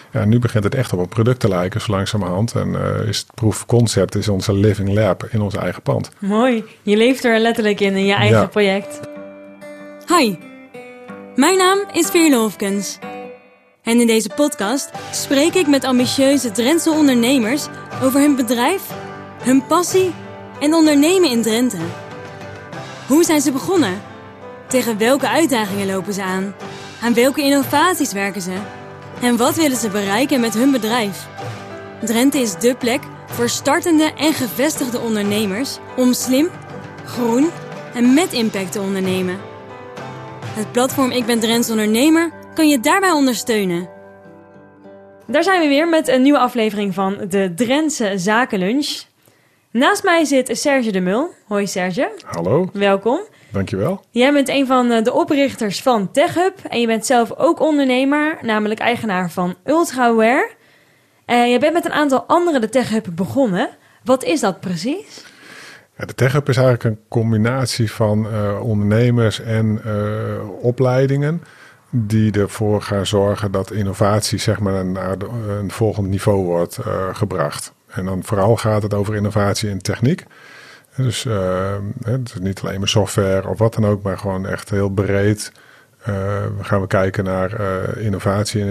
Ja, nu begint het echt op een product te lijken, zo langzamerhand. En is het proof of concept is onze living lab in ons eigen pand. Mooi. Je leeft er letterlijk in je eigen project. Hi, mijn naam is Veerle Hofkens. En in deze podcast spreek ik met ambitieuze Drentse ondernemers over hun bedrijf, hun passie en ondernemen in Drenthe. Hoe zijn ze begonnen? Tegen welke uitdagingen lopen ze aan? Aan welke innovaties werken ze? En wat willen ze bereiken met hun bedrijf? Drenthe is dé plek voor startende en gevestigde ondernemers om slim, groen en met impact te ondernemen. Het platform Ik Ben Drents Ondernemer kan je daarbij ondersteunen. Daar zijn we weer met een nieuwe aflevering van de Drentse Zakenlunch. Naast mij zit Serge de Mul. Hoi Serge. Hallo. Welkom. Dankjewel. Jij bent een van de oprichters van TechHub en je bent zelf ook ondernemer, namelijk eigenaar van Ultraware. Je bent met een aantal anderen de TechHub begonnen. Wat is dat precies? Ja, de TechHub is eigenlijk een combinatie van ondernemers en opleidingen die ervoor gaan zorgen dat innovatie zeg maar naar een volgend niveau wordt gebracht. En dan vooral gaat het over innovatie in techniek. Dus het is niet alleen maar software of wat dan ook, maar gewoon echt heel breed. Gaan we kijken naar innovatie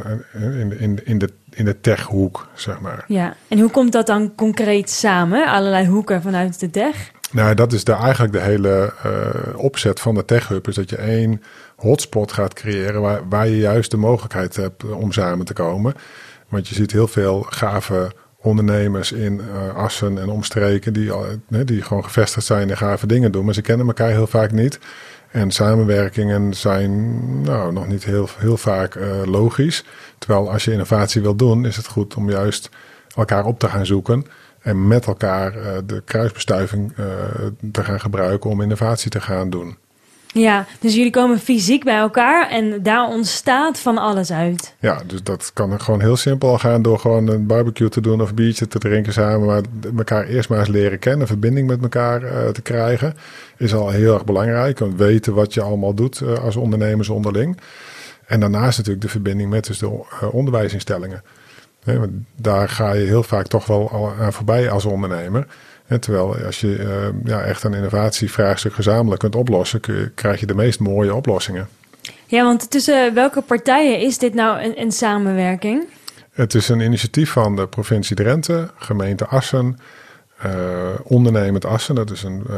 in de techhoek, zeg maar. Ja, en hoe komt dat dan concreet samen? Allerlei hoeken vanuit de tech? Nou, dat is eigenlijk de hele opzet van de TechHub. Is dat je één hotspot gaat creëren waar je juist de mogelijkheid hebt om samen te komen. Want je ziet heel veel gave ondernemers in Assen en omstreken die gewoon gevestigd zijn en gave dingen doen. Maar ze kennen elkaar heel vaak niet. En samenwerkingen zijn nog niet heel vaak logisch. Terwijl als je innovatie wil doen, is het goed om juist elkaar op te gaan zoeken. En met elkaar de kruisbestuiving te gaan gebruiken om innovatie te gaan doen. Ja, dus jullie komen fysiek bij elkaar en daar ontstaat van alles uit. Ja, dus dat kan gewoon heel simpel gaan door gewoon een barbecue te doen of een biertje te drinken samen. Maar elkaar eerst maar eens leren kennen, verbinding met elkaar te krijgen, is al heel erg belangrijk. Want weten wat je allemaal doet als ondernemers onderling. En daarnaast natuurlijk de verbinding met dus de onderwijsinstellingen. Want daar ga je heel vaak toch wel aan voorbij als ondernemer. Terwijl als je echt een innovatievraagstuk gezamenlijk kunt oplossen, krijg je de meest mooie oplossingen. Ja, want tussen welke partijen is dit nou een samenwerking? Het is een initiatief van de provincie Drenthe, gemeente Assen, Ondernemend Assen, dat is een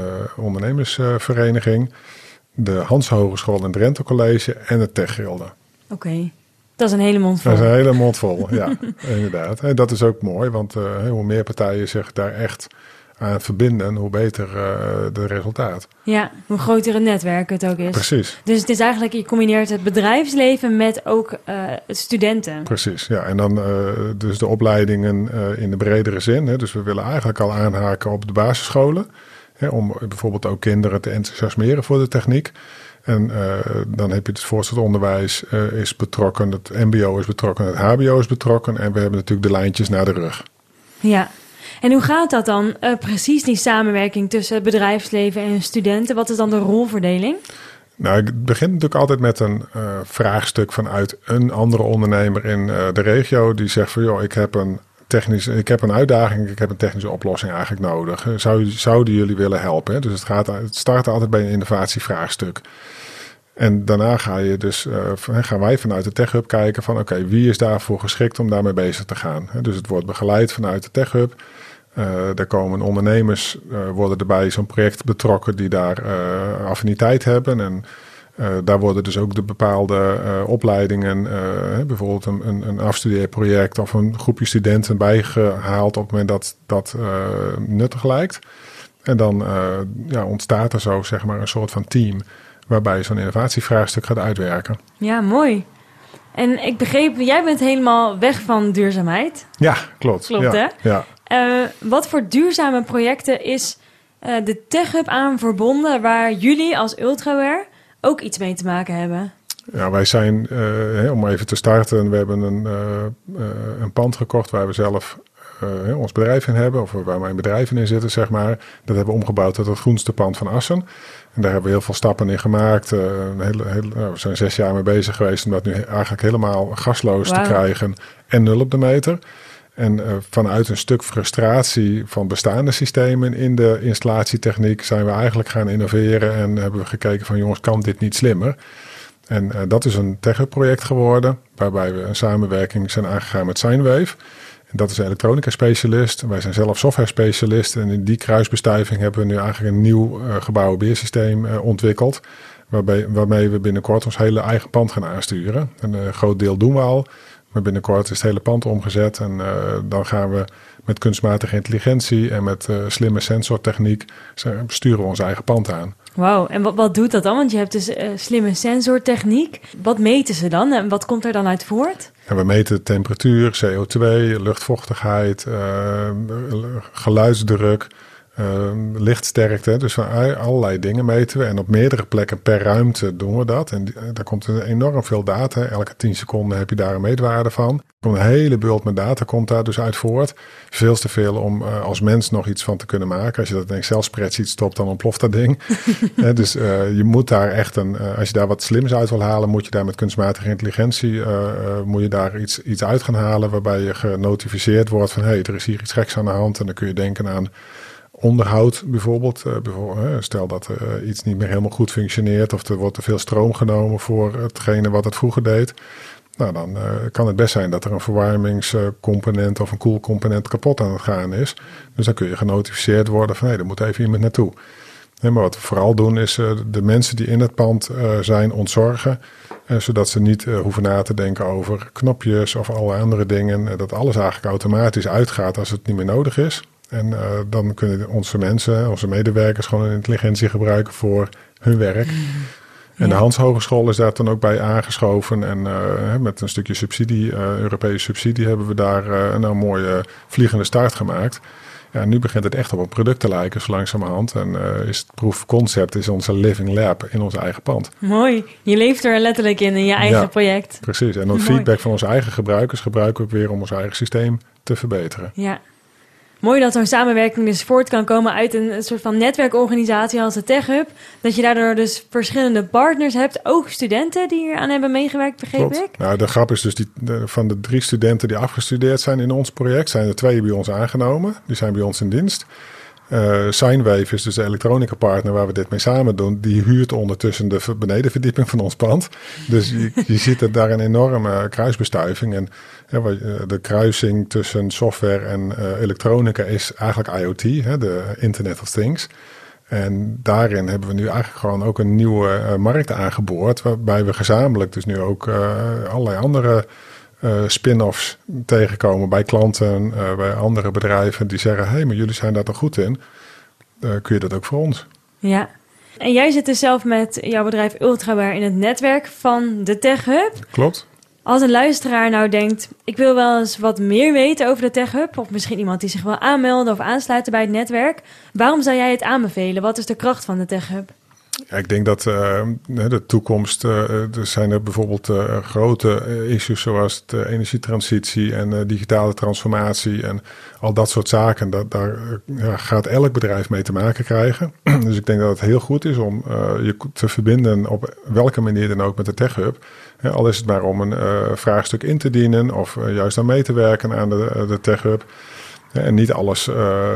ondernemersvereniging, de Hans Hogeschool en Drenthe College en het TechGilde. Oké. Dat is een hele mond vol. Dat is een hele mond vol, ja, inderdaad. En dat is ook mooi, want hoe meer partijen zich daar echt aan verbinden, hoe beter de resultaat. Ja, hoe groter het netwerk het ook is. Precies. Dus het is eigenlijk, je combineert het bedrijfsleven met ook studenten. Precies, ja. En dan dus de opleidingen in de bredere zin. Hè. Dus we willen eigenlijk al aanhaken op de basisscholen. Hè, om bijvoorbeeld ook kinderen te enthousiasmeren voor de techniek. En dan heb je het voortgezet onderwijs is betrokken, het mbo is betrokken, het hbo is betrokken. En we hebben natuurlijk de lijntjes naar de rug. Ja. En hoe gaat dat dan precies, die samenwerking tussen het bedrijfsleven en studenten? Wat is dan de rolverdeling? Nou, het begint natuurlijk altijd met een vraagstuk vanuit een andere ondernemer in de regio. Die zegt van, joh, ik heb een uitdaging, ik heb een technische oplossing eigenlijk nodig. Zouden jullie willen helpen? Hè? Dus het start altijd bij een innovatievraagstuk. En daarna gaan wij vanuit de TechHub kijken van oké, wie is daarvoor geschikt om daarmee bezig te gaan? Dus het wordt begeleid vanuit de TechHub. Daar komen ondernemers, worden erbij zo'n project betrokken die daar affiniteit hebben. En daar worden dus ook de bepaalde opleidingen, bijvoorbeeld een afstudeerproject of een groepje studenten bijgehaald op het moment dat nuttig lijkt. En dan ontstaat er zo zeg maar een soort van team waarbij je zo'n innovatievraagstuk gaat uitwerken. Ja, mooi. En ik begreep, jij bent helemaal weg van duurzaamheid. Ja, klopt. Klopt, ja, hè? Ja. Wat voor duurzame projecten is de TechHub aan verbonden waar jullie als Ultraware ook iets mee te maken hebben? Ja, wij zijn, om even te starten, we hebben een pand gekocht waar we zelf ons bedrijf in hebben, of waar mijn bedrijven in zitten, zeg maar. Dat hebben we omgebouwd tot het groenste pand van Assen. En daar hebben we heel veel stappen in gemaakt. We zijn 6 jaar mee bezig geweest om dat nu eigenlijk helemaal gasloos te krijgen en 0 op de meter. En vanuit een stuk frustratie van bestaande systemen in de installatietechniek zijn we eigenlijk gaan innoveren en hebben we gekeken van jongens, kan dit niet slimmer? En dat is een TechHub project geworden, waarbij we een samenwerking zijn aangegaan met Sinewave. En dat is een elektronica specialist. Wij zijn zelf software specialist. En in die kruisbestuiving hebben we nu eigenlijk een nieuw gebouwenbeheersysteem ontwikkeld. Waarmee we binnenkort ons hele eigen pand gaan aansturen. Een groot deel doen we al. Maar binnenkort is het hele pand omgezet. En dan gaan we met kunstmatige intelligentie en met slimme sensortechniek sturen we ons eigen pand aan. Wauw, en wat doet dat dan? Want je hebt dus slimme sensortechniek. Wat meten ze dan en wat komt er dan uit voort? En we meten temperatuur, CO2, luchtvochtigheid, geluidsdruk, lichtsterkte. Dus van allerlei dingen meten we. En op meerdere plekken per ruimte doen we dat. En daar komt er enorm veel data. Elke 10 seconden heb je daar een meetwaarde van. Er komt een hele bult met data komt daar dus uit voort. Veel te veel om als mens nog iets van te kunnen maken. Als je dat in een Excel-spreadsheet stopt, dan ontploft dat ding. Dus je moet daar echt als je daar wat slims uit wil halen, moet je daar met kunstmatige intelligentie moet je daar iets uit gaan halen, waarbij je genotificeerd wordt van er is hier iets geks aan de hand. En dan kun je denken aan onderhoud bijvoorbeeld. Stel dat iets niet meer helemaal goed functioneert of er wordt te veel stroom genomen voor hetgene wat het vroeger deed. Nou, dan kan het best zijn dat er een verwarmingscomponent of een koelcomponent kapot aan het gaan is. Dus dan kun je genotificeerd worden van er moet even iemand naartoe. Maar wat we vooral doen is de mensen die in het pand zijn ontzorgen. Zodat ze niet hoeven na te denken over knopjes of allerlei andere dingen. Dat alles eigenlijk automatisch uitgaat als het niet meer nodig is. En dan kunnen onze mensen, onze medewerkers gewoon een intelligentie gebruiken voor hun werk. En de Hans Hogeschool is daar dan ook bij aangeschoven. En met een stukje subsidie, Europese subsidie, hebben we daar een mooie vliegende start gemaakt. Ja, nu begint het echt op een product te lijken, zo langzamerhand. En is het proof of concept is onze living lab in ons eigen pand. Mooi. Je leeft er letterlijk in je eigen project. Precies. En dan feedback van onze eigen gebruikers gebruiken we ook weer om ons eigen systeem te verbeteren. Ja. Mooi dat zo'n samenwerking dus voort kan komen uit een soort van netwerkorganisatie als de TechHub. Dat je daardoor dus verschillende partners hebt, ook studenten die hier aan hebben meegewerkt, begreep ik. Nou, de grap is dus, van de 3 studenten die afgestudeerd zijn in ons project, zijn er 2 bij ons aangenomen. Die zijn bij ons in dienst. Sinewave is dus de elektronica partner waar we dit mee samen doen. Die huurt ondertussen de benedenverdieping van ons pand. Dus je ziet dat daar een enorme kruisbestuiving. En de kruising tussen software en elektronica is eigenlijk IoT, de Internet of Things. En daarin hebben we nu eigenlijk gewoon ook een nieuwe markt aangeboord. Waarbij we gezamenlijk dus nu ook allerlei andere spin-offs tegenkomen bij klanten, bij andere bedrijven die zeggen, maar jullie zijn daar toch goed in? Kun je dat ook voor ons? Ja. En jij zit dus zelf met jouw bedrijf Ultraware in het netwerk van de TechHub. Klopt. Als een luisteraar nou denkt, ik wil wel eens wat meer weten over de TechHub, of misschien iemand die zich wil aanmelden of aansluiten bij het netwerk, waarom zou jij het aanbevelen? Wat is de kracht van de TechHub? Ja, ik denk dat de toekomst, er zijn er bijvoorbeeld grote issues zoals de energietransitie en digitale transformatie en al dat soort zaken. Daar gaat elk bedrijf mee te maken krijgen. Dus ik denk dat het heel goed is om je te verbinden op welke manier dan ook met de TechHub. Al is het maar om een vraagstuk in te dienen of juist aan mee te werken aan de TechHub. En niet alles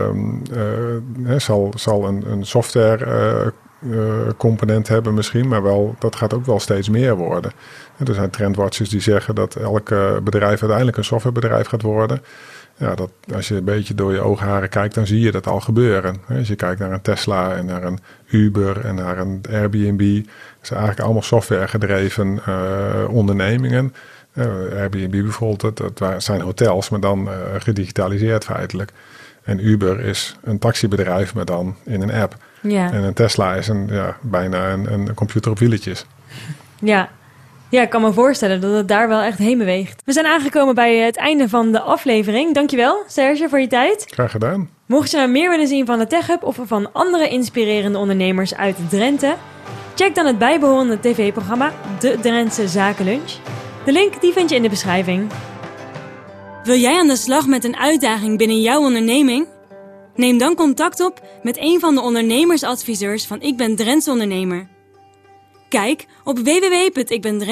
zal een software component hebben misschien, maar wel, dat gaat ook wel steeds meer worden. Er zijn trendwatchers die zeggen dat elk bedrijf uiteindelijk een softwarebedrijf gaat worden. Ja, dat, als je een beetje door je oogharen kijkt, dan zie je dat al gebeuren. Als je kijkt naar een Tesla en naar een Uber en naar een Airbnb, dat zijn eigenlijk allemaal softwaregedreven ondernemingen. Airbnb bijvoorbeeld, dat zijn hotels, maar dan gedigitaliseerd feitelijk. En Uber is een taxibedrijf, maar dan in een app. Ja. En een Tesla is bijna een computer op wieletjes. Ja, ik kan me voorstellen dat het daar wel echt heen beweegt. We zijn aangekomen bij het einde van de aflevering. Dankjewel, Serge, voor je tijd. Graag gedaan. Mocht je nou meer willen zien van de TechHub of van andere inspirerende ondernemers uit Drenthe, check dan het bijbehorende tv-programma De Drentse Zakenlunch. De link die vind je in de beschrijving. Wil jij aan de slag met een uitdaging binnen jouw onderneming? Neem dan contact op met een van de ondernemersadviseurs van Ik Ben Drents Ondernemer. Kijk op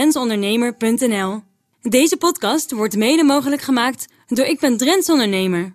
www.ikbendrentsondernemer.nl. Deze podcast wordt mede mogelijk gemaakt door Ik Ben Drents Ondernemer.